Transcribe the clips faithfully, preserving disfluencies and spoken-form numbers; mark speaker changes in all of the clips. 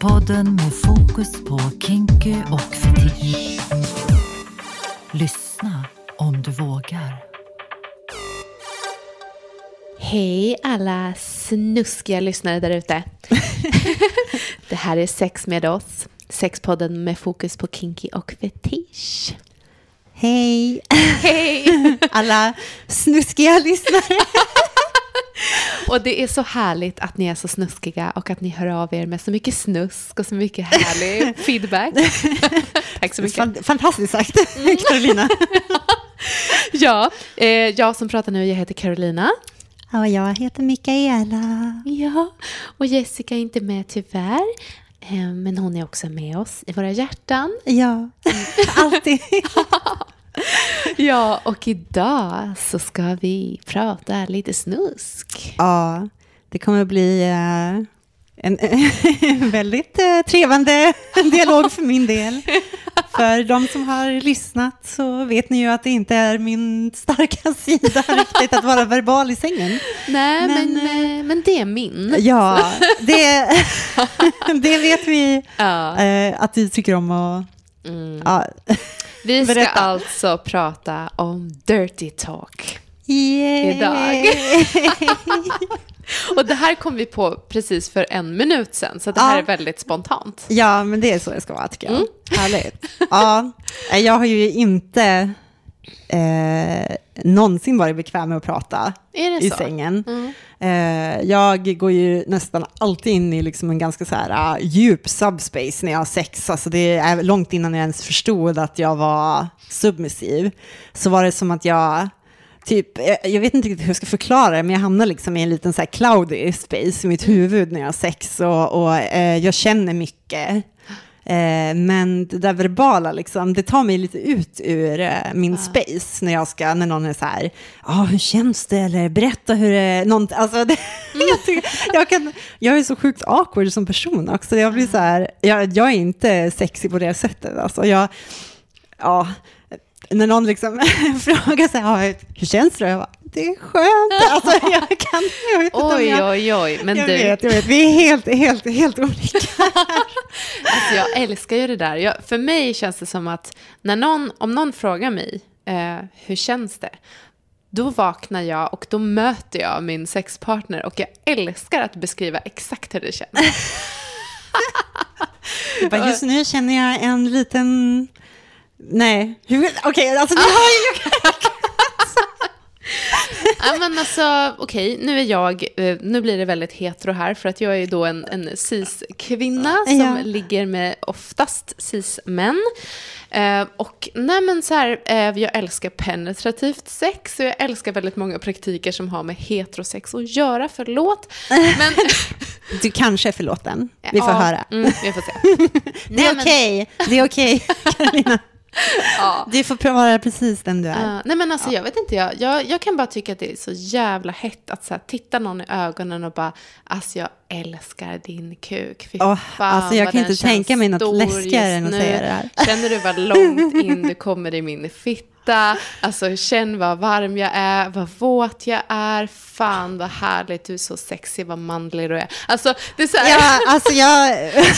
Speaker 1: Podden med fokus på kinky och fetisch. Lyssna om du vågar.
Speaker 2: Hej alla snuskiga lyssnare där ute. Det här är Sex med oss. Sexpodden med fokus på kinky och fetisch.
Speaker 3: Hej.
Speaker 2: Hej
Speaker 3: alla snuskiga lyssnare.
Speaker 2: Och det är så härligt att ni är så snuskiga och att ni hör av er med så mycket snusk och så mycket härlig feedback. Tack så mycket.
Speaker 3: Fan, fantastiskt sagt, mm. Carolina.
Speaker 2: Ja, eh, jag som pratar nu, jag heter Carolina.
Speaker 3: Och jag heter Mikaela.
Speaker 2: Ja, och Jessica är inte med tyvärr. Eh, men hon är också med oss i våra hjärtan.
Speaker 3: Ja, alltid.
Speaker 2: Ja, och idag så ska vi prata lite snusk.
Speaker 3: Ja, det kommer att bli uh, en, en väldigt uh, trevande dialog för min del. För de som har lyssnat så vet ni ju att det inte är min starka sida riktigt att vara verbal i sängen.
Speaker 2: Nej, men, men,
Speaker 3: uh,
Speaker 2: men det är min.
Speaker 3: Ja, det, det vet vi
Speaker 2: ja.
Speaker 3: uh, att du tycker om att...
Speaker 2: Mm.
Speaker 3: Ja.
Speaker 2: Vi ska
Speaker 3: Berätta.
Speaker 2: alltså prata om dirty talk.
Speaker 3: Yay.
Speaker 2: Idag. Och det här kom vi på precis för en minut sedan. Så det här
Speaker 3: ja.
Speaker 2: är väldigt spontant.
Speaker 3: Ja, men det är så det ska vara tycker jag.
Speaker 2: Mm.
Speaker 3: Härligt. Ja, jag har ju inte eh, någonsin varit bekväm med att prata
Speaker 2: Är det
Speaker 3: i
Speaker 2: så?
Speaker 3: sängen.
Speaker 2: Mm.
Speaker 3: Eh, jag går ju nästan alltid in i liksom en ganska så här uh, djup subspace när jag har sex. Alltså det är långt innan jag ens förstod att jag var submissiv. Så var det som att jag... Typ, jag vet inte riktigt hur jag ska förklara det, men jag hamnar liksom i en liten så här cloudy space i mitt huvud när jag har sex och, och eh, jag känner mycket. Eh, men det där verbala, liksom, det tar mig lite ut ur eh, min ah. space när jag ska, när någon är så här, ah, hur känns det? Eller berätta hur det någon, alltså det, mm. jag, tycker, jag, kan, jag är så sjukt awkward som person också. Jag blir så här, jag, jag är inte sexy på det sättet. Alltså jag, ja... När någon liksom frågar sig, ah, hur känns det? Jag bara, det är skönt. Alltså, jag kan, jag vet inte
Speaker 2: oj,
Speaker 3: jag,
Speaker 2: oj, oj. Men
Speaker 3: jag,
Speaker 2: du...
Speaker 3: vet, jag vet, vi är helt, helt, helt olika.
Speaker 2: Alltså, jag älskar ju det där. Jag, för mig känns det som att när någon, om någon frågar mig, eh, hur känns det? Då vaknar jag och då möter jag min sexpartner och jag älskar att beskriva exakt hur det känns.
Speaker 3: Bara, just nu känner jag en liten... Nej, okej, okay, alltså ni har ju...
Speaker 2: Ja, men alltså, okej, okay, nu är jag, nu blir det väldigt hetero här för att jag är då en, en cis-kvinna som
Speaker 3: ja.
Speaker 2: ligger med oftast cis-män. Eh, och nej men så här, eh, jag älskar penetrativt sex och jag älskar väldigt många praktiker som har med heterosex att göra, förlåt. Men...
Speaker 3: Du kanske är förlåten, vi får
Speaker 2: ja,
Speaker 3: höra.
Speaker 2: Mm, vi får se.
Speaker 3: Det är okej, okay. det är okej, okay, Carolina.
Speaker 2: Ja.
Speaker 3: Du får vara precis den du är.
Speaker 2: Uh, nej men alltså ja. jag vet inte, jag, jag, jag kan bara tycka att det är så jävla hett att så här, titta någon i ögonen och bara, alltså jag älskar din kuk. Fy
Speaker 3: oh,
Speaker 2: fan,
Speaker 3: alltså jag kan inte tänka mig något läskigare än att säga det här.
Speaker 2: Känner du vad långt in du kommer i min fitta? Alltså känn vad varm jag är, vad våt jag är. Fan vad härligt, du är så sexig, vad manlig du är. Alltså det är så här.
Speaker 3: Ja, alltså jag...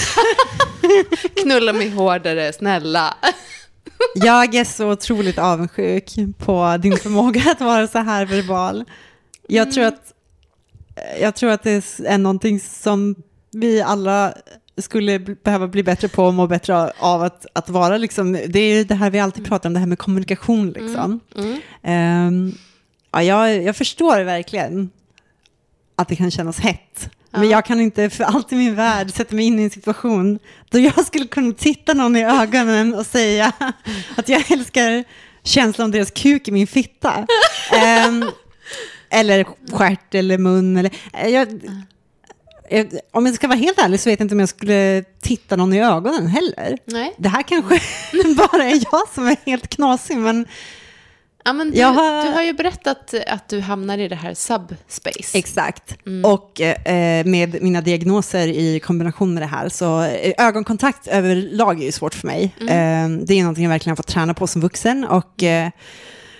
Speaker 2: Knulla mig hårdare, snälla.
Speaker 3: Jag är så otroligt avundsjuk på din förmåga att vara så här verbal. Jag mm. tror att jag tror att det är någonting som vi alla skulle behöva bli bättre på och må bättre av att, att vara liksom, det är ju det här vi alltid pratar om, det här med kommunikation liksom. Mm. Mm. Um, ja, jag, jag förstår verkligen att det kan kännas hett. Ja. Men jag kan inte för allt i min värld sätta mig in i en situation då jag skulle kunna titta någon i ögonen och säga att jag älskar känslan av deras kuk i min fitta. um, eller stjärt eller mun. Eller, jag, jag, om jag ska vara helt ärlig så vet jag inte om jag skulle titta någon i ögonen heller.
Speaker 2: Nej.
Speaker 3: Det här kanske bara är jag som är helt knasig, men
Speaker 2: ja, men du,
Speaker 3: har...
Speaker 2: du har ju berättat att du hamnar i det här subspace.
Speaker 3: Exakt.
Speaker 2: Mm.
Speaker 3: Och eh, med mina diagnoser i kombination med det här så eh, ögonkontakt överlag är ju svårt för mig. Mm. Eh, det är någonting jag verkligen har fått träna på som vuxen och eh,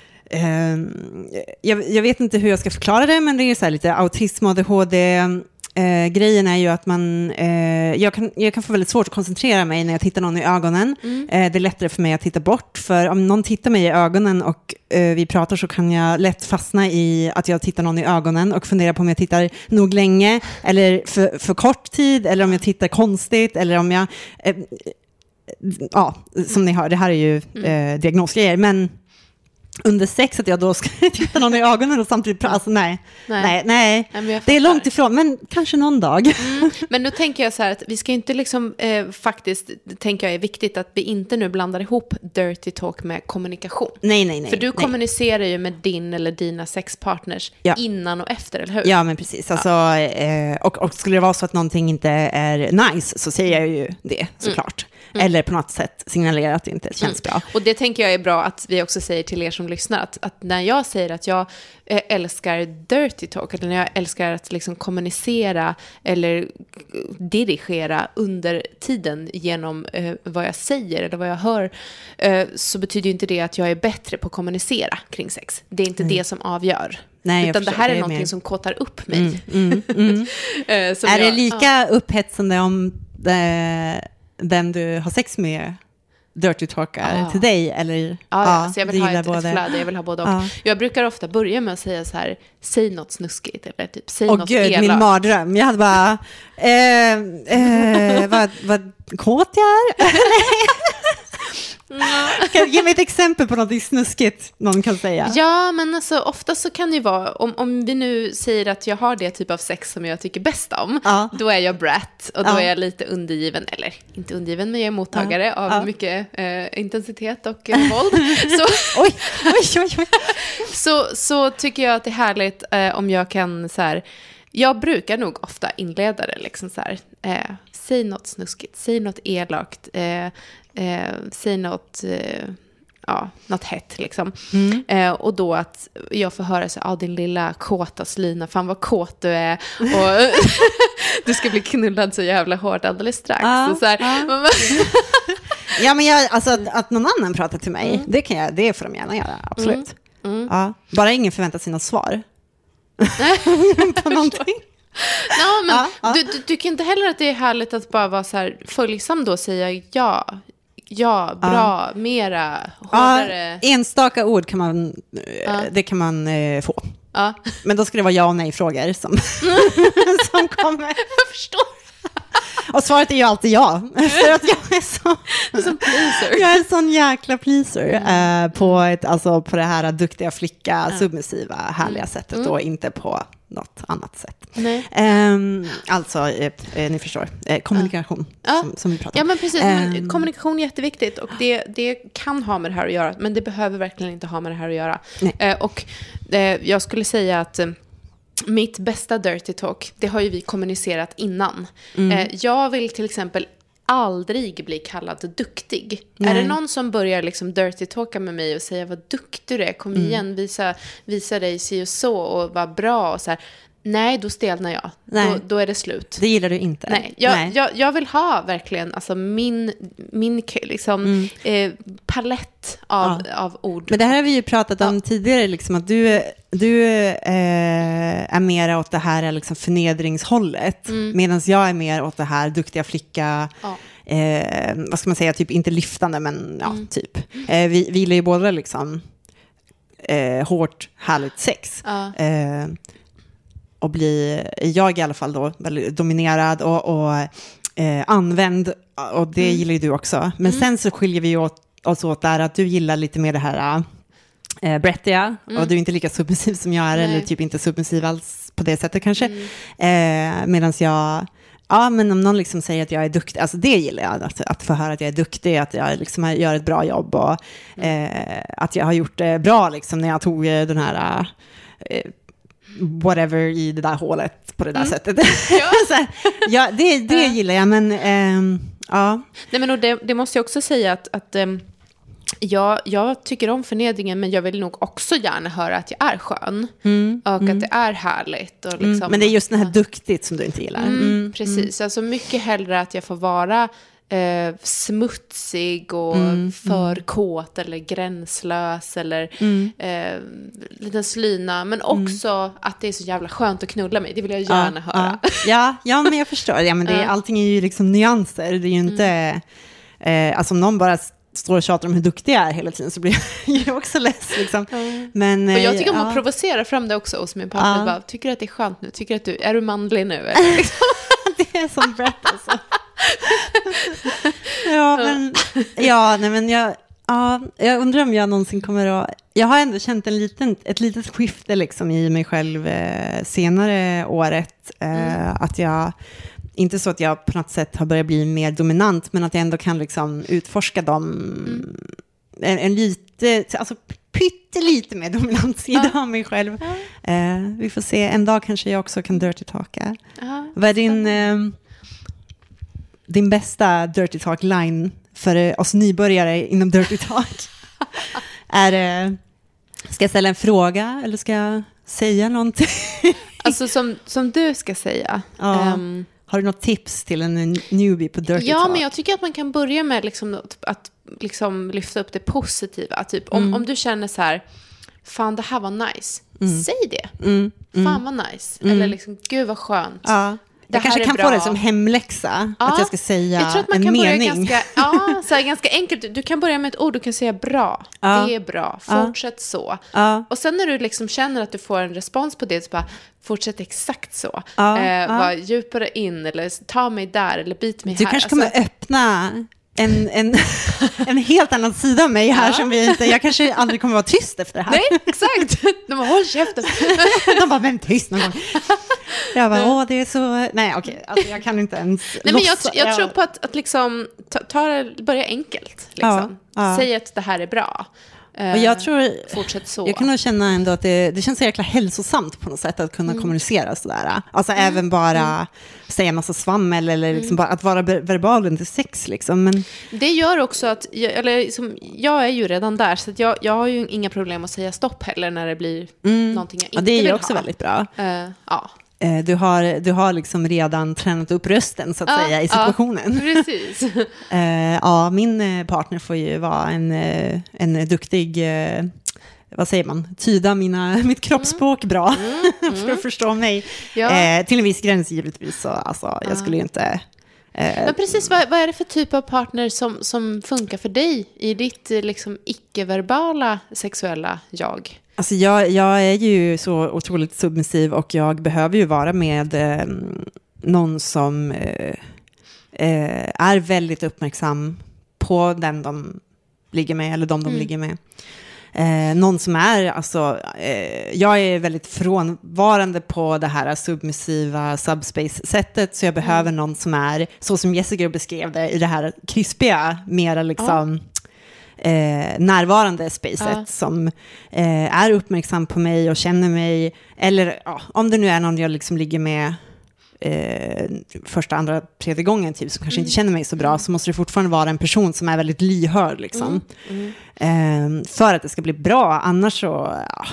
Speaker 3: eh, jag, jag vet inte hur jag ska förklara det, men det är så här lite autism, A D H D, Eh, grejen är ju att man, eh, jag, kan, jag kan få väldigt svårt att koncentrera mig när jag tittar någon i ögonen. Mm. Eh, det är lättare för mig att titta bort, för om någon tittar mig i ögonen och eh, vi pratar, så kan jag lätt fastna i att jag tittar någon i ögonen och fundera på om jag tittar nog länge eller för, för kort tid, eller om jag tittar konstigt, eller om jag eh, ja, som ni hör, det här är ju eh, diagnosgrejer, men under sex att jag då ska titta någon i ögonen och samtidigt prata, alltså nej, nej, nej, nej. Det är långt ifrån, men kanske någon dag.
Speaker 2: Mm, men nu tänker jag så här att vi ska inte liksom, eh, faktiskt, tänker jag är viktigt att vi inte nu blandar ihop dirty talk med kommunikation.
Speaker 3: Nej, nej, nej.
Speaker 2: För du
Speaker 3: nej.
Speaker 2: kommunicerar ju med din eller dina sexpartners ja. innan och efter, eller hur?
Speaker 3: Ja, men precis. Alltså, ja. eh, och, och skulle det vara så att någonting inte är nice, så säger jag ju det, såklart. Mm. Mm. Eller på något sätt signalera att det inte känns mm. bra.
Speaker 2: Och det tänker jag är bra att vi också säger till er som lyssnar. Att, att när jag säger att jag eh, älskar dirty talk, eller när jag älskar att liksom kommunicera eller dirigera under tiden genom eh, vad jag säger eller vad jag hör, eh, så betyder ju inte det att jag är bättre på att kommunicera kring sex. Det är inte mm. det som avgör. Nej, utan det här är, det är någonting mer som kåtar upp mig. Mm, mm, mm. eh,
Speaker 3: är jag, det lika ja. upphetsande om det, vem du har sex med dirty talkar ah. till dig, eller?
Speaker 2: Ja, ja, ja, så jag vill ha ett, ett flöde, jag vill ha både och. Ja. Jag brukar ofta börja med att säga så här, säg något snuskigt, eller typ, säg oh, något
Speaker 3: Gud,
Speaker 2: elakt.
Speaker 3: Min mardröm, jag hade bara, eh, eh, vad, vad kåt jag är? Kan ge mig ett exempel på något snuskigt någon kan säga.
Speaker 2: Ja, men alltså ofta så kan det ju vara, om, om vi nu säger att jag har det typ av sex som jag tycker bäst om, ja. då är jag brat och då ja. är jag lite undergiven, eller inte undergiven, men jag är mottagare ja. av ja. mycket eh, intensitet och eh, våld. Så,
Speaker 3: oj, oj, oj, oj.
Speaker 2: så, så tycker jag att det är härligt eh, om jag kan så här, jag brukar nog ofta inleda det liksom så här, eh, säg något snuskigt, säg något elakt, eh, Eh, säg något, eh, ja, något hett liksom. Mm. Eh, och då att jag får höra så, ah, din lilla kåta Slina, fan vad kåt du är, och du ska bli knullad så jävla hårt alldeles strax. Ja, och så här,
Speaker 3: ja. ja, men jag, alltså att, att någon annan pratar till mig, mm. det kan jag, det får de gärna göra, absolut. Mm. Mm. Ja, bara ingen förväntar sig något svar på någonting.
Speaker 2: No, men ja, du, du tycker inte heller att det är härligt att bara vara så här följsam då och säga ja, ja, bra, ja. mera, hårdare.
Speaker 3: Ja, enstaka ord kan man, ja. det kan man eh, få. Ja. Men då ska det vara ja och nej-frågor som, som kommer.
Speaker 2: Jag förstår.
Speaker 3: Och svaret är ju alltid ja. För att jag är så...
Speaker 2: Som pleaser.
Speaker 3: Jag är en sån jäkla pleaser. Mm. Eh, på, ett, alltså, på det här duktiga flicka, mm. submissiva, härliga mm. sättet. Mm. Och inte på något annat sätt. Eh, alltså, eh, ni förstår. Eh, kommunikation.
Speaker 2: Ja.
Speaker 3: Som, som vi pratar
Speaker 2: Ja,
Speaker 3: om.
Speaker 2: men precis. Eh, kommunikation är jätteviktigt. Och det, det kan ha med det här att göra. Men det behöver verkligen inte ha med det här att göra. Eh, och eh, jag skulle säga att... mitt bästa dirty talk, det har ju vi kommunicerat innan. Mm. Eh, jag vill till exempel aldrig bli kallad duktig. Nej. Är det någon som börjar liksom dirty talka med mig och säga vad duktig du är, kom mm. igen, visa, visa dig si och så och vad bra och så här. Nej, då stelnar jag. Då, då är det slut.
Speaker 3: Det gillar du inte.
Speaker 2: Nej, jag, Nej. jag, jag vill ha verkligen alltså min, min liksom, mm. eh, palett av, ja. av ord.
Speaker 3: Men det här har vi ju pratat om ja. tidigare, liksom, att du, du eh, är mer åt det här liksom, förnedringshållet. Mm. Medan jag är mer åt det här duktiga flicka... Ja. Eh, vad ska man säga, typ inte lyftande, men ja, mm. typ. Eh, vi, vi gillar ju båda liksom eh, hårt, härligt sex. Ja. Eh, och bli, jag i alla fall då, väldigt dominerad och, och eh, använd, och det mm. gillar ju du också. Men mm. sen så skiljer vi åt, oss åt där att du gillar lite mer det här äh, brettiga, mm. och du är inte lika submissiv som jag är. Nej. Eller typ inte submissiv alls på det sättet kanske. Mm. Eh, Medan jag, ja, men om någon liksom säger att jag är duktig, alltså det gillar jag, att, att få höra att jag är duktig, att jag liksom gör ett bra jobb och mm. eh, att jag har gjort det bra liksom när jag tog den här eh, whatever i det där hålet på det där mm. sättet. Ja. Så här, ja, det, det ja. gillar jag, men ähm, ja.
Speaker 2: Nej, men det, det måste jag också säga att, att ähm, jag, jag tycker om förnedringen, men jag vill nog också gärna höra att jag är skön mm. och mm. att det är härligt. Och liksom,
Speaker 3: mm. Men det är just det här duktigt som du inte gillar.
Speaker 2: Mm, mm. Precis, mm. alltså mycket hellre att jag får vara eh, smutsig och
Speaker 3: Mm,
Speaker 2: för
Speaker 3: mm.
Speaker 2: kåt eller gränslös eller
Speaker 3: Mm.
Speaker 2: eh, liten slyna. Men också att det är så jävla skönt att knulla mig. Det vill jag gärna
Speaker 3: ja,
Speaker 2: höra.
Speaker 3: Ja. ja, ja, men jag förstår. Ja, men det,
Speaker 2: Ja.
Speaker 3: allting är ju liksom nyanser. Det är ju inte... Mm. Eh, alltså om någon bara står och tjatar om hur duktig jag är hela tiden så blir jag också less. Liksom.
Speaker 2: Mm.
Speaker 3: Men,
Speaker 2: Och jag tycker om
Speaker 3: ja.
Speaker 2: att provocera fram det också hos min partner.
Speaker 3: Ja.
Speaker 2: Bara, tycker du att det är skönt nu? Tycker du att du, är du manlig nu? Eller? Liksom.
Speaker 3: Det är som brett alltså. ja, men, ja, nej, men jag, ja, jag undrar om jag någonsin kommer att... Jag har ändå känt en liten, ett litet skifte liksom i mig själv eh, senare året. Eh,
Speaker 2: Mm.
Speaker 3: Att jag... Inte så att jag på något sätt har börjat bli mer dominant, men att jag ändå kan liksom utforska dem
Speaker 2: Mm.
Speaker 3: en, en lite, alltså pyttelite mer dominant sida
Speaker 2: Ja.
Speaker 3: av mig själv.
Speaker 2: Ja.
Speaker 3: Eh, vi får se, en dag kanske jag också kan dirty talka.
Speaker 2: Ja,
Speaker 3: Vad är din, eh, din bästa dirty talk line för eh, oss nybörjare inom dirty talk? Är det, ska jag ställa en fråga eller ska jag säga någonting?
Speaker 2: alltså som, som du ska säga.
Speaker 3: Ja.
Speaker 2: ehm,
Speaker 3: Har du något tips till en newbie på dirty
Speaker 2: Ja,
Speaker 3: talk?
Speaker 2: men jag tycker att man kan börja med liksom att liksom lyfta upp det positiva. Typ, om,
Speaker 3: Mm.
Speaker 2: om du känner så här, fan det här var nice,
Speaker 3: Mm.
Speaker 2: säg det.
Speaker 3: Mm, mm.
Speaker 2: Fan vad nice.
Speaker 3: Mm.
Speaker 2: Eller liksom, gud vad skönt.
Speaker 3: Ja.
Speaker 2: Det
Speaker 3: Jag kanske
Speaker 2: här är
Speaker 3: kan
Speaker 2: bra.
Speaker 3: få det som hemläxa,
Speaker 2: Ja,
Speaker 3: att jag ska säga
Speaker 2: Jag tror att man
Speaker 3: en
Speaker 2: kan börja
Speaker 3: mening.
Speaker 2: ganska, ja, så här, ganska enkelt. Du kan börja med ett ord, du kan säga bra.
Speaker 3: Ja.
Speaker 2: Det är bra,
Speaker 3: Ja.
Speaker 2: fortsätt så.
Speaker 3: Ja.
Speaker 2: Och sen när du liksom känner att du får en respons på det, så bara, fortsätt exakt så.
Speaker 3: Ja,
Speaker 2: eh,
Speaker 3: ja.
Speaker 2: Var djupare in, eller ta mig där, eller bit mig
Speaker 3: Du
Speaker 2: här.
Speaker 3: kanske
Speaker 2: Alltså,
Speaker 3: kommer öppna en, en, en helt annan sida av mig här
Speaker 2: Ja.
Speaker 3: som vi inte... Jag kanske aldrig kommer vara tyst efter det här.
Speaker 2: Nej, exakt. De bara, håll käften.
Speaker 3: De bara, men tyst någon gång. Jag bara, åh, det är så... Nej, okej. Alltså, jag kan inte ens
Speaker 2: Nej, men jag,
Speaker 3: låtsa-
Speaker 2: jag tror på att, att liksom, ta, ta det, börja enkelt. Liksom.
Speaker 3: Ja, ja.
Speaker 2: Säg att det här är bra. Eh,
Speaker 3: Och jag tror...
Speaker 2: Fortsätt så.
Speaker 3: Jag kan nog känna ändå att det, det känns så jäkla hälsosamt på något sätt att kunna
Speaker 2: Mm.
Speaker 3: kommunicera sådär. Alltså även bara
Speaker 2: Mm.
Speaker 3: säga massa svammel eller liksom bara att vara ver- verbal under sex liksom. Men,
Speaker 2: Det gör också att, jag, eller liksom, jag är ju redan där, så att jag, jag har ju inga problem att säga stopp heller när det blir någonting jag inte
Speaker 3: och det är
Speaker 2: vill
Speaker 3: ju också
Speaker 2: ha.
Speaker 3: väldigt bra.
Speaker 2: Eh, ja.
Speaker 3: Eh, Du har, du har liksom redan tränat upp rösten så att
Speaker 2: Ja,
Speaker 3: säga i
Speaker 2: ja.
Speaker 3: situationen.
Speaker 2: Precis.
Speaker 3: Eh, ja, min eh, partner får ju vara en, eh, en duktig, eh, vad säger man, tyda mina, mitt kroppsspråk bra för att förstå mig.
Speaker 2: Ja.
Speaker 3: Eh, till en viss gräns givetvis, så alltså, jag skulle ju inte... Eh,
Speaker 2: Men precis, vad, vad är det för typ av partner som, som funkar för dig i ditt eh, liksom, icke-verbala sexuella jag?
Speaker 3: Alltså jag, jag är ju så otroligt submissiv och jag behöver ju vara med eh, någon som eh, eh, är väldigt uppmärksam på den de ligger med eller de de
Speaker 2: Mm.
Speaker 3: ligger med. Eh, någon som är, alltså, eh, jag är väldigt frånvarande på det här submissiva subspace-sättet, så jag behöver någon som är, så som Jessica beskrev det, i det här krispiga, mera liksom... Eh, närvarande spacet
Speaker 2: Ja.
Speaker 3: som eh, är uppmärksam på mig och känner mig, eller ja, om det nu är någon jag liksom ligger med eh, första, andra, tredje gången typ, som kanske inte känner mig så bra, så måste det fortfarande vara en person som är väldigt lyhörd liksom.
Speaker 2: Mm. Mm.
Speaker 3: Eh, för att det ska bli bra, annars så ja.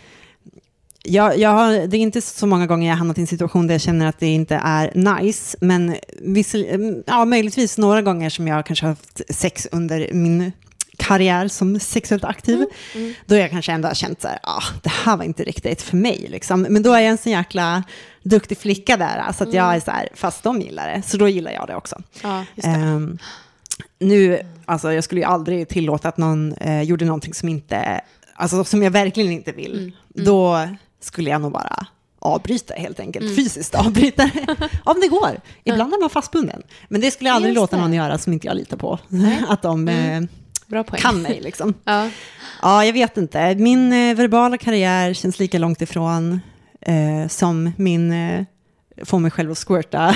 Speaker 3: Jag, jag har, det är inte så många gånger jag har hamnat i en situation där jag känner att det inte är nice, men viss, ja, möjligtvis några gånger som jag kanske har haft sex under min karriär som sexuellt aktiv,
Speaker 2: Mm, mm.
Speaker 3: då jag kanske ändå har känt så här, ah, det här var inte riktigt för mig liksom. Men då är jag en sån jäkla duktig flicka där, alltså att jag är så här, fast de gillar det, så då gillar jag det också.
Speaker 2: Ja, just det.
Speaker 3: Ehm, nu, alltså jag skulle ju aldrig tillåta att någon eh, gjorde någonting som inte, alltså som jag verkligen inte vill.
Speaker 2: Mm, mm.
Speaker 3: Då skulle jag nog bara avbryta helt enkelt,
Speaker 2: Mm.
Speaker 3: fysiskt avbryta om det går. Ibland är man fastbunden, men det skulle jag aldrig
Speaker 2: Just
Speaker 3: låta
Speaker 2: det.
Speaker 3: någon göra som inte jag litar på.
Speaker 2: Nej.
Speaker 3: Att de
Speaker 2: Mm.
Speaker 3: eh,
Speaker 2: Bra poäng.
Speaker 3: kan mig liksom.
Speaker 2: Ja.
Speaker 3: Ja, jag vet inte. Min eh, verbala karriär känns lika långt ifrån eh, som min eh, få mig själv att squirta.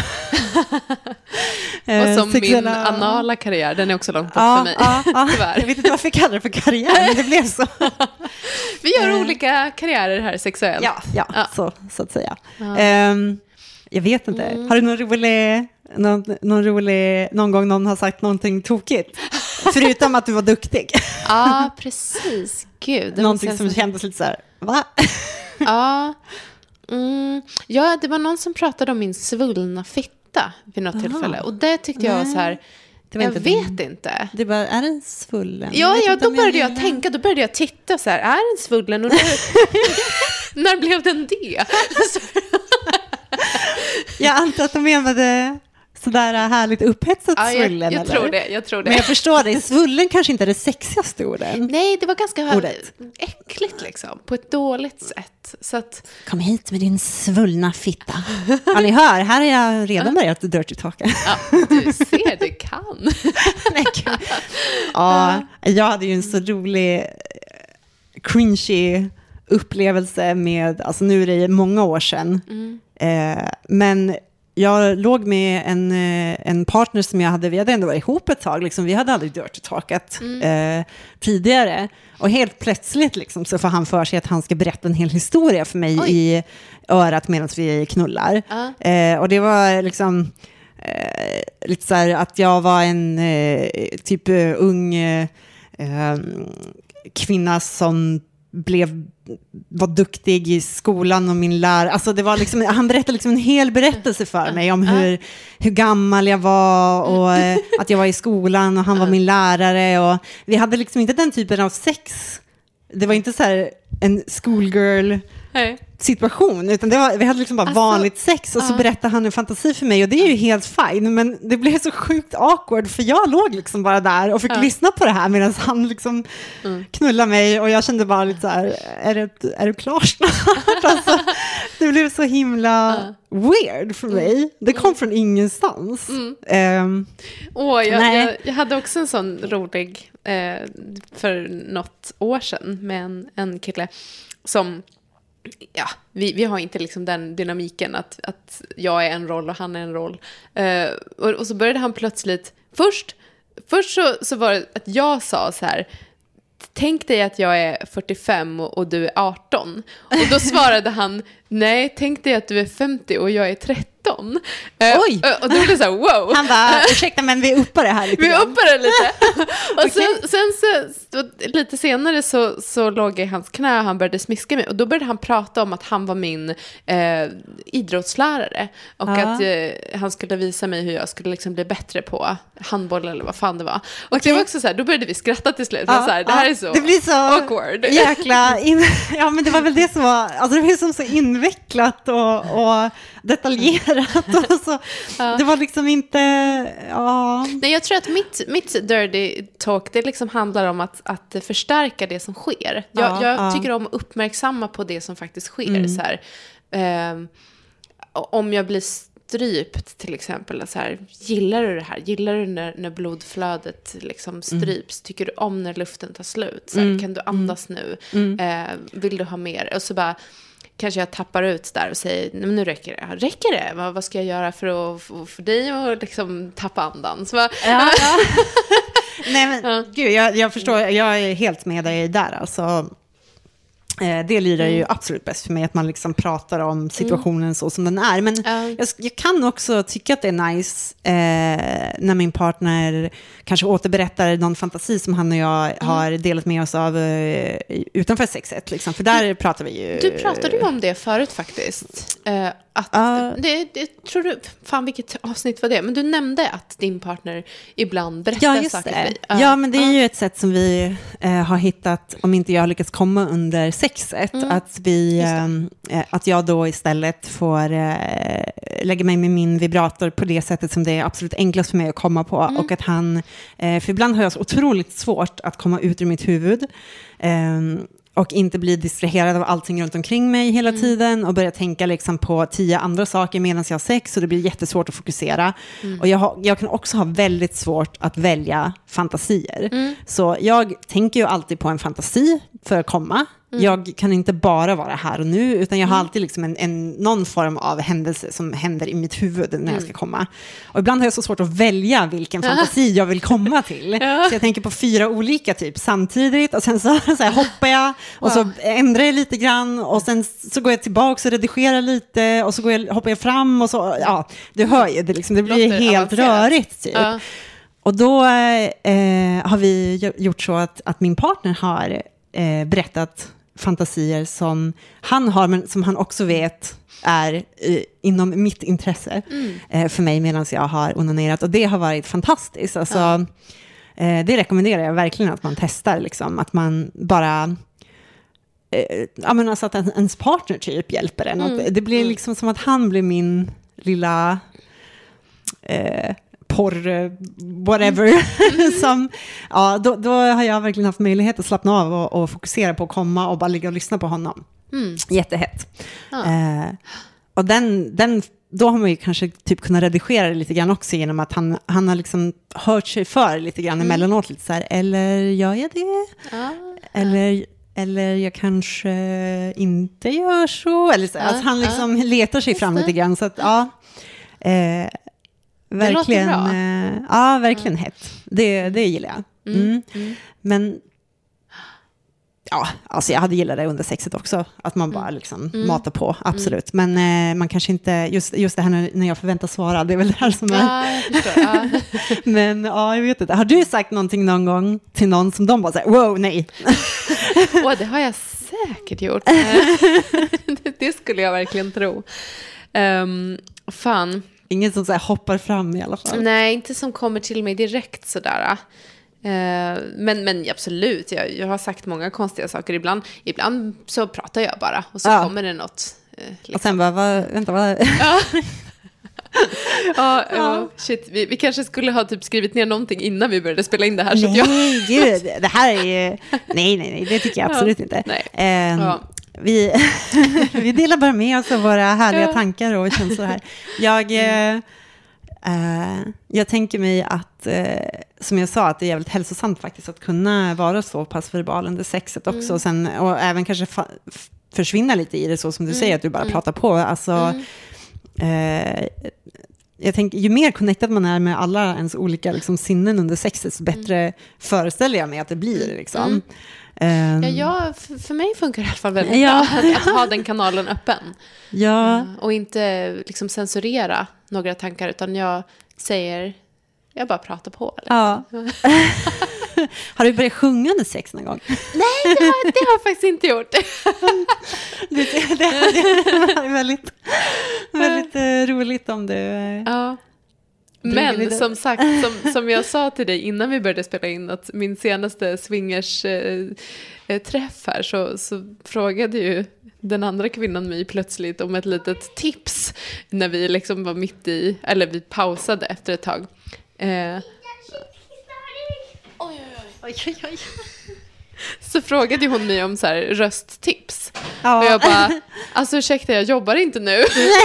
Speaker 2: Och som
Speaker 3: sexuella-
Speaker 2: min anala karriär, den är också långt bort
Speaker 3: Ja,
Speaker 2: för mig.
Speaker 3: ja, ja.
Speaker 2: Tyvärr.
Speaker 3: Jag vet inte varför jag kallar det för karriär, men det blev så.
Speaker 2: Vi gör
Speaker 3: Eh.
Speaker 2: olika karriärer här sexuellt.
Speaker 3: Ja, ja,
Speaker 2: Ja.
Speaker 3: Så, så att säga.
Speaker 2: Ja.
Speaker 3: Ehm, jag vet inte.
Speaker 2: Mm.
Speaker 3: Har du någon rolig, någon, någon rolig, någon gång någon har sagt någonting tokigt? Förutom att du var duktig.
Speaker 2: Ja, precis. Gud. det
Speaker 3: Någonting
Speaker 2: måste
Speaker 3: som
Speaker 2: jag säga.
Speaker 3: kändes lite så här, va?
Speaker 2: Ja. Mm. Ja, det var någon som pratade om min svullna fitta vid något
Speaker 3: Aha.
Speaker 2: tillfälle. Och det tyckte jag var så här
Speaker 3: Det var
Speaker 2: Jag
Speaker 3: inte
Speaker 2: vet
Speaker 3: din.
Speaker 2: inte.
Speaker 3: Det bara, är den svullen?
Speaker 2: Ja,
Speaker 3: vet
Speaker 2: ja
Speaker 3: inte
Speaker 2: då
Speaker 3: om
Speaker 2: började jag
Speaker 3: gillar.
Speaker 2: tänka, då började jag titta så här, är den svullen? Och när, när blev den det?
Speaker 3: Jag antar att de menade sådär härligt upphetsat
Speaker 2: Ja, jag,
Speaker 3: svullen,
Speaker 2: jag
Speaker 3: eller?
Speaker 2: tror det, jag tror det.
Speaker 3: Men jag förstår det, svullen kanske inte är det sexigaste orden.
Speaker 2: Nej, det var ganska
Speaker 3: Ordet.
Speaker 2: äckligt liksom, på ett dåligt sätt. Så att,
Speaker 3: Kom hit med din svullna fitta. Ja, ni hör, här är jag redan börjat dirty talka.
Speaker 2: ja, du ser, det kan.
Speaker 3: Nej, gud. Ja, jag hade ju en så rolig cringy upplevelse med, alltså nu är det många år sedan,
Speaker 2: Mm.
Speaker 3: eh, men jag låg med en, eh, en partner som jag hade, vi hade ändå varit ihop ett tag, liksom, vi hade aldrig dirty talkat
Speaker 2: Mm.
Speaker 3: eh, tidigare, och helt plötsligt liksom, så får han för sig att han ska berätta en hel historia för mig
Speaker 2: Oj.
Speaker 3: i örat medan vi knullar.
Speaker 2: Ja.
Speaker 3: Eh, och det var liksom eh, lite så här att jag var en eh, typ eh, ung eh, eh, kvinna som blev, var duktig i skolan och min lärare. Alltså det var liksom, han berättade liksom en hel berättelse för mig om hur, hur gammal jag var och eh, att jag var i skolan och han var min lärare. Och vi hade liksom inte den typen av sex. Det var inte så här en schoolgirl
Speaker 2: Nej.
Speaker 3: situation, utan det var, vi hade liksom bara
Speaker 2: Alltså,
Speaker 3: vanligt sex och så
Speaker 2: ja.
Speaker 3: berättade han en fantasi för mig och det är ju helt fine, men det blev så sjukt awkward för jag låg liksom bara där och fick
Speaker 2: Ja.
Speaker 3: lyssna på det här medan han liksom
Speaker 2: Mm.
Speaker 3: knullade mig och jag kände bara lite så här, är, det, är du klar snart? Alltså, det blev så himla weird för mig. Det kom från ingenstans.
Speaker 2: Mm.
Speaker 3: Ehm,
Speaker 2: Åh, jag,
Speaker 3: Nej.
Speaker 2: jag, jag hade också en sån rolig eh, för något år sedan med en, en kille som, ja, vi, vi har inte liksom den dynamiken att, att jag är en roll och han är en roll. Eh, och, och så började han plötsligt, först, först så, så var det att jag sa så här, tänk dig att jag är fyrtiofem och, och du är arton. Och då svarade han, nej, tänk dig att du är femtio och jag är tretton. Eh,
Speaker 3: Oj!
Speaker 2: Och, och då blev det så här, wow.
Speaker 3: han bara, ursäkta men vi uppar det här lite
Speaker 2: Vi
Speaker 3: grann.
Speaker 2: uppar det lite. Och
Speaker 3: Okej.
Speaker 2: sen, sen så, så, lite senare så, så låg jag i hans knä och han började smiska mig. Och då började han prata om att han var min eh, idrottslärare. Och
Speaker 3: Ja.
Speaker 2: att eh, han skulle visa mig hur jag skulle liksom bli bättre på handboll eller vad fan det var. Och
Speaker 3: Okej.
Speaker 2: det var också så här, då började vi skratta till slut.
Speaker 3: Ja,
Speaker 2: så här, det
Speaker 3: ja.
Speaker 2: här är så,
Speaker 3: det blir så
Speaker 2: awkward.
Speaker 3: jäkla in, ja men det var väl det som var, alltså det blev som så invecklat och, och detaljerat och så,
Speaker 2: Ja.
Speaker 3: det var liksom inte, ja.
Speaker 2: Nej, jag tror att mitt, mitt dirty talk, det liksom handlar om att, att förstärka det som sker. Jag,
Speaker 3: Ja,
Speaker 2: jag
Speaker 3: ja.
Speaker 2: tycker om att uppmärksamma på det som faktiskt sker.
Speaker 3: Mm.
Speaker 2: Så här, ehm, om jag blir strypt till exempel, så här, gillar du det här? Gillar du när, när blodflödet liksom stryps? Tycker du om när luften tar slut? Så här,
Speaker 3: Mm.
Speaker 2: kan du andas nu?
Speaker 3: Mm.
Speaker 2: Eh, vill du ha mer? Och så bara kanske jag tappar ut där och säger, nej men nu räcker det. Räcker det? Vad, vad ska jag göra för, att, för, för dig att liksom tappa andan? Så bara,
Speaker 3: Ja, ja. Nej men
Speaker 2: Ja.
Speaker 3: gud, jag, jag förstår, jag är helt med dig där alltså. Eh, Det lirar ju absolut bäst för mig, att man liksom pratar om situationen så som den är. Men
Speaker 2: Ja.
Speaker 3: jag, jag kan också tycka att det är nice eh, när min partner kanske återberättar någon fantasi som han och jag har delat med oss av eh, utanför sexet. Liksom. För där pratar vi ju...
Speaker 2: Du pratade ju om det förut faktiskt. Eh, att,
Speaker 3: Ja.
Speaker 2: det, det tror du, fan vilket avsnitt var det? Men du nämnde att din partner ibland berättar
Speaker 3: Ja, just
Speaker 2: saker för
Speaker 3: det.
Speaker 2: dig.
Speaker 3: Ja, men det är ju ett sätt som vi eh, har hittat, om inte jag lyckats komma under sexet,
Speaker 2: Mm.
Speaker 3: att, vi,
Speaker 2: Just
Speaker 3: eh, att jag då istället får eh, lägga mig med min vibrator på det sättet som det är absolut enklast för mig att komma på.
Speaker 2: Mm.
Speaker 3: Och att han, eh, för ibland har jag så otroligt svårt att komma ut ur mitt huvud. Eh, och inte bli distraherad av allting runt omkring mig hela
Speaker 2: Mm.
Speaker 3: tiden och börja tänka liksom på tio andra saker medan jag har sex, och det blir jättesvårt att fokusera.
Speaker 2: Mm.
Speaker 3: Och jag, har, jag kan också ha väldigt svårt att välja fantasier.
Speaker 2: Mm.
Speaker 3: Så jag tänker ju alltid på en fantasi för att komma.
Speaker 2: Mm.
Speaker 3: Jag kan inte bara vara här och nu, utan jag har alltid liksom en, en, någon form av händelse som händer i mitt huvud när
Speaker 2: Mm.
Speaker 3: jag ska komma. Och ibland har jag så svårt att välja vilken fantasi jag vill komma till.
Speaker 2: Ja.
Speaker 3: Så jag tänker på fyra olika typ samtidigt, och sen så, så här, hoppar jag och så
Speaker 2: Wow.
Speaker 3: ändrar jag lite grann, och sen så går jag tillbaka och redigerar lite, och så går jag, hoppar jag fram och så, ja, du hör ju, det, liksom, det blir
Speaker 2: Låter
Speaker 3: helt
Speaker 2: avancerat.
Speaker 3: rörigt typ.
Speaker 2: Ja.
Speaker 3: Och då eh, har vi gjort så att, att min partner har eh, berättat fantasier som han har, men som han också vet är eh, inom mitt intresse
Speaker 2: Mm.
Speaker 3: eh, för mig medan jag har onanerat. Och det har varit fantastiskt. Alltså,
Speaker 2: Ja.
Speaker 3: eh, det rekommenderar jag verkligen att man testar. Liksom. Att man bara... Eh, ja, men alltså att en, ens partner typ hjälper en.
Speaker 2: Mm.
Speaker 3: Att det blir
Speaker 2: Mm.
Speaker 3: liksom som att han blir min lilla... Eh, porr, eh, whatever.
Speaker 2: Mm.
Speaker 3: som, ja, då, då har jag verkligen haft möjlighet att slappna av och, och fokusera på att komma och bara ligga och lyssna på honom.
Speaker 2: Mm.
Speaker 3: Jättehett.
Speaker 2: Ja.
Speaker 3: Eh, och den, den, då har man ju kanske typ kunnat redigera det lite grann också genom att han, han har liksom hört sig för lite grann
Speaker 2: Mm.
Speaker 3: emellanåt. Lite så här, eller gör jag det?
Speaker 2: Ja.
Speaker 3: Eller, eller jag kanske inte gör så. Eller så.
Speaker 2: Ja,
Speaker 3: Alltså han liksom letar sig
Speaker 2: Just
Speaker 3: fram
Speaker 2: det.
Speaker 3: lite grann. Så att, ja, eh, verkligen,
Speaker 2: bra.
Speaker 3: eh, ja, verkligen hett. Det, det gillar jag.
Speaker 2: Mm.
Speaker 3: Mm.
Speaker 2: Mm.
Speaker 3: Men ja, alltså jag hade gillat det under sexet också. Att man bara liksom
Speaker 2: Mm.
Speaker 3: matar på, absolut. Men eh, man kanske inte, just, just det här när, när jag förväntas svara, det är väl det här som är...
Speaker 2: Ja, jag förstår. Ja.
Speaker 3: Men ja, jag vet inte. Har du sagt någonting någon gång till någon som de bara säger, wow, nej.
Speaker 2: Åh, det har jag säkert gjort. det, det skulle jag verkligen tro. Um, fan.
Speaker 3: Ingen som så här hoppar fram i alla fall.
Speaker 2: Nej, inte som kommer till mig direkt sådär. Uh, men, men absolut, jag, jag har sagt många konstiga saker. Ibland, ibland så pratar jag bara och så
Speaker 3: Ja.
Speaker 2: kommer det något. Uh, liksom.
Speaker 3: Och sen bara, vad, vänta, vad...
Speaker 2: Ja. ja,
Speaker 3: Ja.
Speaker 2: ja, shit. Vi, vi kanske skulle ha typ skrivit ner någonting innan vi började spela in det här. Så att jag...
Speaker 3: Nej, gud, det här är ju... Nej, nej, nej, det tycker jag absolut
Speaker 2: Ja,
Speaker 3: inte.
Speaker 2: nej.
Speaker 3: Ehm,
Speaker 2: Ja.
Speaker 3: vi, vi delar bara med oss av våra härliga
Speaker 2: Ja.
Speaker 3: tankar och känslor här. Jag, eh, eh, jag tänker mig att, eh, som jag sa, att det är jävligt hälsosamt faktiskt att kunna vara så pass verbal under sexet också.
Speaker 2: Mm.
Speaker 3: Och, sen, och även kanske fa- f- försvinna lite i det, så som du
Speaker 2: Mm.
Speaker 3: säger, att du bara
Speaker 2: Mm.
Speaker 3: pratar på. Alltså...
Speaker 2: Mm.
Speaker 3: Eh, jag tänker, ju mer connectad man är med alla ens olika liksom, sinnen under sexet, så bättre
Speaker 2: Mm.
Speaker 3: föreställer jag mig att det blir. Liksom.
Speaker 2: Mm.
Speaker 3: Ehm,
Speaker 2: Ja, jag, för, för mig funkar det i alla fall väldigt
Speaker 3: Ja.
Speaker 2: bra att ha den kanalen öppen.
Speaker 3: ja,
Speaker 2: Uh, och inte liksom censurera några tankar, utan jag säger, jag bara pratar på. Liksom.
Speaker 3: ja. Har du börjat sjunga under sex någon gång?
Speaker 2: Nej, det har, det har jag faktiskt inte gjort.
Speaker 3: Det, det, det var väldigt, väldigt eh, roligt om du... eh,
Speaker 2: Ja.
Speaker 3: Bringar
Speaker 2: Men
Speaker 3: vidare.
Speaker 2: som sagt, som, som jag sa till dig innan vi började spela in, att min senaste swingers eh, eh, träff här, så, så frågade ju den andra kvinnan mig plötsligt om ett litet tips när vi liksom var mitt i, eller vi pausade efter ett tag. Eh,
Speaker 3: Oj, oj, oj.
Speaker 2: så frågade hon mig om så här rösttips.
Speaker 3: Ja.
Speaker 2: Och jag bara, alltså ursäkta, jag jobbar inte nu.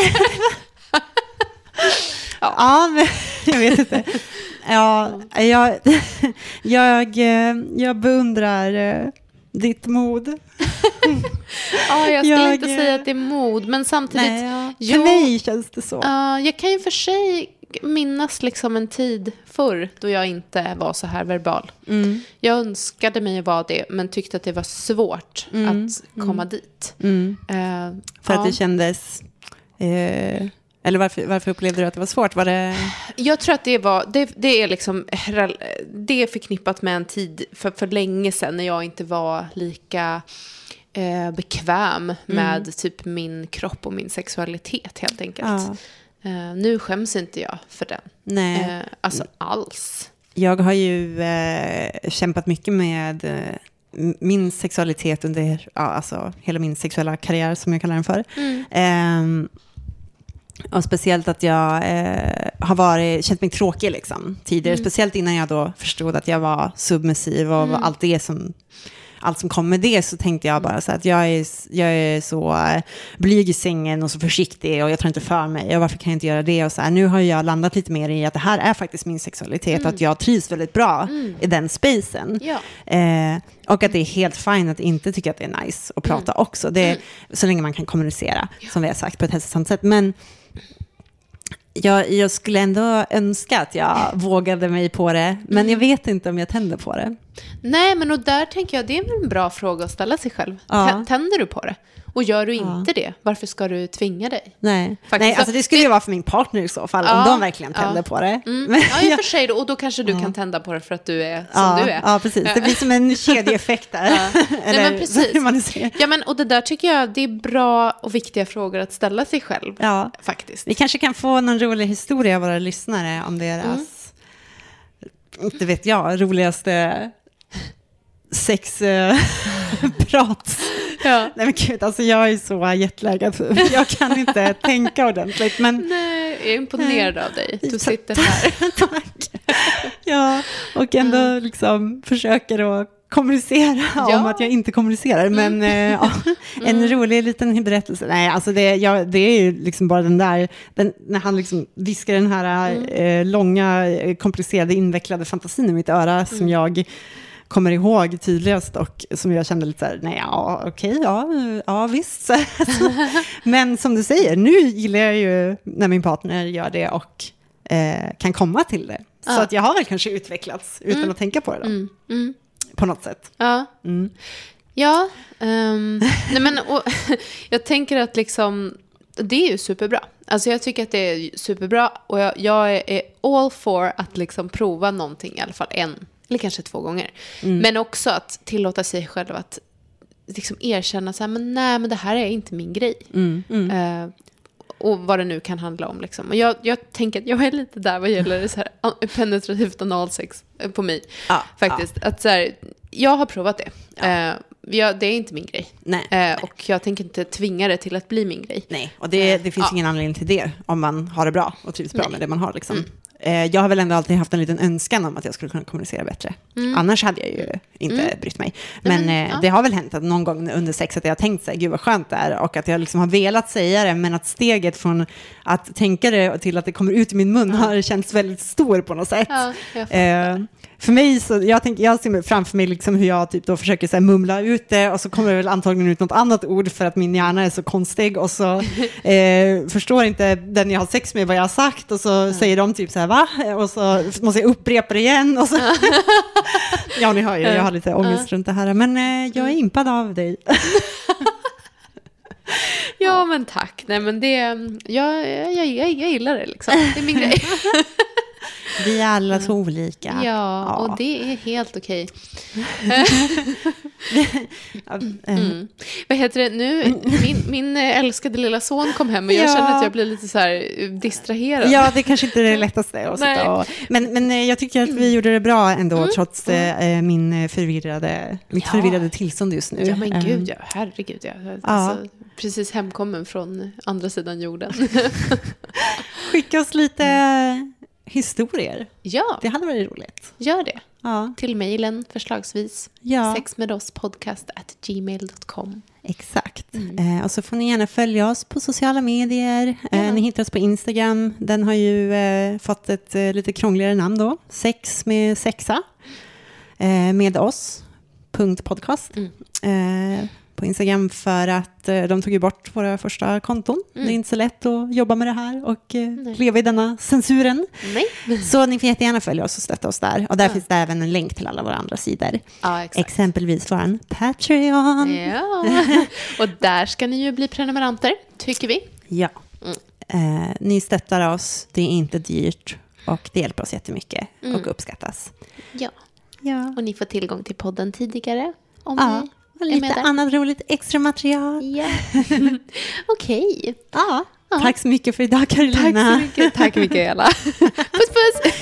Speaker 3: Ja, men jag vet inte. Ja, jag, jag, eh, jag beundrar eh, ditt mod.
Speaker 2: Ja, jag skulle
Speaker 3: Jag,
Speaker 2: inte
Speaker 3: eh,
Speaker 2: säga att det är mod, men samtidigt...
Speaker 3: Nej, ja.
Speaker 2: Jo.
Speaker 3: För mig känns det så.
Speaker 2: Ja, jag kan ju för sig minnas liksom en tid förr då jag inte var så här verbal.
Speaker 3: Mm.
Speaker 2: Jag önskade mig att vara det, men tyckte att det var svårt
Speaker 3: Mm.
Speaker 2: att komma dit.
Speaker 3: Mm.
Speaker 2: Eh,
Speaker 3: För
Speaker 2: ja.
Speaker 3: att det kändes... Eh, eller varför, varför upplevde du att det var svårt? Var det...
Speaker 2: Jag tror att det var, det, det är liksom, det är förknippat med en tid för, för länge sedan när jag inte var lika eh, bekväm med
Speaker 3: Mm.
Speaker 2: typ min kropp och min sexualitet helt enkelt.
Speaker 3: Ja.
Speaker 2: Eh, nu skäms inte jag för den.
Speaker 3: Nej.
Speaker 2: Eh, alltså alls.
Speaker 3: Jag har ju eh, kämpat mycket med eh, min sexualitet under ja, alltså, hela min sexuella karriär, som jag kallar den för.
Speaker 2: Mm.
Speaker 3: Ehm, och speciellt att jag eh, har varit, känt mig tråkig liksom, tidigare.
Speaker 2: Mm.
Speaker 3: Speciellt innan jag då förstod att jag var submissiv och
Speaker 2: Mm.
Speaker 3: allt det som... Allt som kom med det, så tänkte jag bara så att jag är, jag är så eh, blyg i sängen och så försiktig och jag tar inte för mig och varför kan jag inte göra det, och så här, nu har jag landat lite mer i att det här är faktiskt min sexualitet
Speaker 2: Mm.
Speaker 3: och att jag trivs väldigt bra
Speaker 2: Mm.
Speaker 3: i den spacen.
Speaker 2: Ja.
Speaker 3: Eh, och att det är helt fint att inte tycka att det är nice att prata
Speaker 2: Mm.
Speaker 3: också. Det,
Speaker 2: Mm.
Speaker 3: så länge man kan kommunicera, som vi har sagt, på ett hälsosamt sätt. Men jag, jag skulle ändå önska att jag vågade mig på det, men
Speaker 2: Mm.
Speaker 3: jag vet inte om jag tänder på det.
Speaker 2: Nej, men och där tänker jag det är väl en bra fråga att ställa sig själv.
Speaker 3: Ja.
Speaker 2: T- tänder du på det? Och gör du
Speaker 3: Ja.
Speaker 2: inte det, varför ska du tvinga dig?
Speaker 3: Nej,
Speaker 2: Faktiskt,
Speaker 3: Nej
Speaker 2: så-
Speaker 3: alltså det skulle ju vara för min partner i så fall,
Speaker 2: Ja,
Speaker 3: om de verkligen tänder
Speaker 2: ja.
Speaker 3: på det.
Speaker 2: Mm.
Speaker 3: Men
Speaker 2: Ja, i och
Speaker 3: jag-
Speaker 2: för sig. Då, och då kanske du kan tända på det för att du är som
Speaker 3: ja,
Speaker 2: du är.
Speaker 3: Ja, precis. Det blir som en kedjeeffekt där.
Speaker 2: Ja.
Speaker 3: Eller
Speaker 2: Nej, men precis.
Speaker 3: hur man säger.
Speaker 2: Ja, men och det där tycker jag, det är bra och viktiga frågor att ställa sig själv.
Speaker 3: Ja.
Speaker 2: Faktiskt.
Speaker 3: Vi kanske kan få någon rolig historia av våra lyssnare om deras,
Speaker 2: Mm.
Speaker 3: inte vet jag, roligaste sexprat.
Speaker 2: Ja.
Speaker 3: Nej men gud, alltså jag är så jetlaggad. Jag kan inte tänka ordentligt. Men
Speaker 2: Nej, jag är imponerad av dig. Du sitter här.
Speaker 3: tack. Ja, och ändå liksom försöker att kommunicera
Speaker 2: Ja.
Speaker 3: om att jag inte kommunicerar. Men eh, ja, en
Speaker 2: Mm.
Speaker 3: rolig liten berättelse. Nej, alltså det, ja, det är ju liksom bara den där, den, när han liksom viskar den här
Speaker 2: Mm.
Speaker 3: eh, långa, eh, komplicerade, invecklade fantasin i mitt öra som
Speaker 2: Mm.
Speaker 3: jag kommer ihåg tydligast och som jag kände lite så här, nej, ja, okej, ja, ja, visst. Men som du säger, nu gillar jag ju när min partner gör det och eh, kan komma till det. Så
Speaker 2: Ja.
Speaker 3: att jag har väl kanske utvecklats utan
Speaker 2: Mm.
Speaker 3: att tänka på det då,
Speaker 2: Mm. Mm.
Speaker 3: på något sätt.
Speaker 2: Ja.
Speaker 3: Mm.
Speaker 2: Ja, ehm, nej men och, jag tänker att liksom, det är ju superbra. Alltså jag tycker att det är superbra och jag, jag är all for att liksom prova någonting i alla fall en eller kanske två gånger.
Speaker 3: Mm.
Speaker 2: Men också att tillåta sig själv att liksom erkänna så här, men nej, men det här är inte min grej.
Speaker 3: Mm. Mm.
Speaker 2: Eh, och vad det nu kan handla om. Liksom. Och jag, jag tänker att jag är lite där vad gäller det så här, an- penetrativt analsex eh, på mig.
Speaker 3: Ja,
Speaker 2: Faktiskt. Att så här, jag har provat det.
Speaker 3: Ja.
Speaker 2: Eh, jag, det är inte min grej.
Speaker 3: Nej,
Speaker 2: Eh,
Speaker 3: nej.
Speaker 2: och jag tänker inte tvinga det till att bli min grej.
Speaker 3: Nej, och det, det finns
Speaker 2: Ja.
Speaker 3: ingen anledning till det om man har det bra och trivs bra
Speaker 2: Nej.
Speaker 3: med det man har. Liksom.
Speaker 2: Mm.
Speaker 3: Eh, jag har väl ändå alltid haft en liten önskan om att jag skulle kunna kommunicera bättre.
Speaker 2: Mm.
Speaker 3: Annars hade jag ju inte
Speaker 2: Mm.
Speaker 3: brytt mig.
Speaker 2: Nej,
Speaker 3: Men,
Speaker 2: men,
Speaker 3: eh,
Speaker 2: ja.
Speaker 3: det har väl hänt att någon gång under sex att jag har tänkt så här, gud vad skönt det är. Och att jag liksom har velat säga det, men att steget från att tänka det till att det kommer ut i min mun har känts väldigt stor på något sätt.
Speaker 2: Ja, jag fattar.
Speaker 3: Eh, för mig så, jag, tänker, jag ser framför mig liksom hur jag typ då försöker så här mumla ut det och så kommer det väl antagligen ut något annat ord för att min hjärna är så konstig och så eh, förstår inte den jag har sex med vad jag har sagt och så säger de typ så här va? Och så måste jag upprepa det igen och så ja, ni hör ju, jag har lite ångest runt det här men eh, jag är impad av dig.
Speaker 2: Ja, men tack. Nej, men det, jag, jag, jag, jag gillar det liksom. Det är min grej.
Speaker 3: Vi är alla så olika.
Speaker 2: Ja, och det är helt okej. Mm. Vad heter det nu? Min, min älskade lilla son kom hem och jag
Speaker 3: Ja.
Speaker 2: känner att jag blir lite så här distraherad.
Speaker 3: Ja, det kanske inte är det lättaste att
Speaker 2: Nej.
Speaker 3: sitta och, men, men eh, jag tycker att vi gjorde det bra ändå trots eh, min förvirrade, mitt
Speaker 2: Ja.
Speaker 3: förvirrade tillstånd just nu.
Speaker 2: Ja, men
Speaker 3: Eh,
Speaker 2: gud, ja. Herregud, ja. Alltså, precis hemkommen från andra sidan jorden.
Speaker 3: Skicka oss lite historier.
Speaker 2: Ja,
Speaker 3: Det hade varit roligt.
Speaker 2: gör det.
Speaker 3: Ja,
Speaker 2: Till mejlen förslagsvis.
Speaker 3: ja
Speaker 2: sexmedosspodcast at gmail dot com.
Speaker 3: exakt.
Speaker 2: Mm.
Speaker 3: Eh, och så får ni gärna följa oss på sociala medier. Eh,
Speaker 2: Ja.
Speaker 3: ni hittar oss på Instagram. Den har ju eh, fått ett eh, lite krångligare namn då. Sex med sexa. Eh, med oss. Punkt podcast.
Speaker 2: Mm.
Speaker 3: Eh, på Instagram för att eh, de tog ju bort våra första konton.
Speaker 2: Mm.
Speaker 3: Det är inte så lätt att jobba med det här och eh,
Speaker 2: Nej.
Speaker 3: leva i denna censuren.
Speaker 2: Nej.
Speaker 3: Så ni får jättegärna följa oss och stötta oss där. Och där
Speaker 2: Ja.
Speaker 3: finns det även en länk till alla våra andra sidor.
Speaker 2: Ja, exakt.
Speaker 3: Exempelvis våran Patreon.
Speaker 2: Ja, och där ska ni ju bli prenumeranter, tycker vi.
Speaker 3: Ja.
Speaker 2: Mm.
Speaker 3: Eh, ni stöttar oss, det är inte dyrt och det hjälper oss jättemycket
Speaker 2: Mm.
Speaker 3: och uppskattas.
Speaker 2: Ja,
Speaker 3: Ja.
Speaker 2: och ni får tillgång till podden tidigare om
Speaker 3: Ja.
Speaker 2: ni
Speaker 3: Och
Speaker 2: är
Speaker 3: lite
Speaker 2: med där.
Speaker 3: annat roligt extra material.
Speaker 2: Ja. Okej.
Speaker 3: Ja.
Speaker 2: Ja.
Speaker 3: Tack så mycket för idag, Carolina.
Speaker 2: Tack så mycket. Tack Mikaela. Puss puss.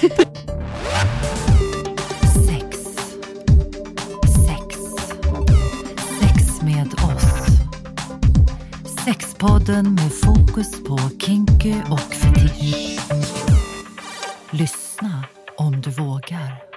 Speaker 1: Sex. Sex. Sex med oss. Sexpodden med fokus på kinky och fetisch. Lyssna om du vågar.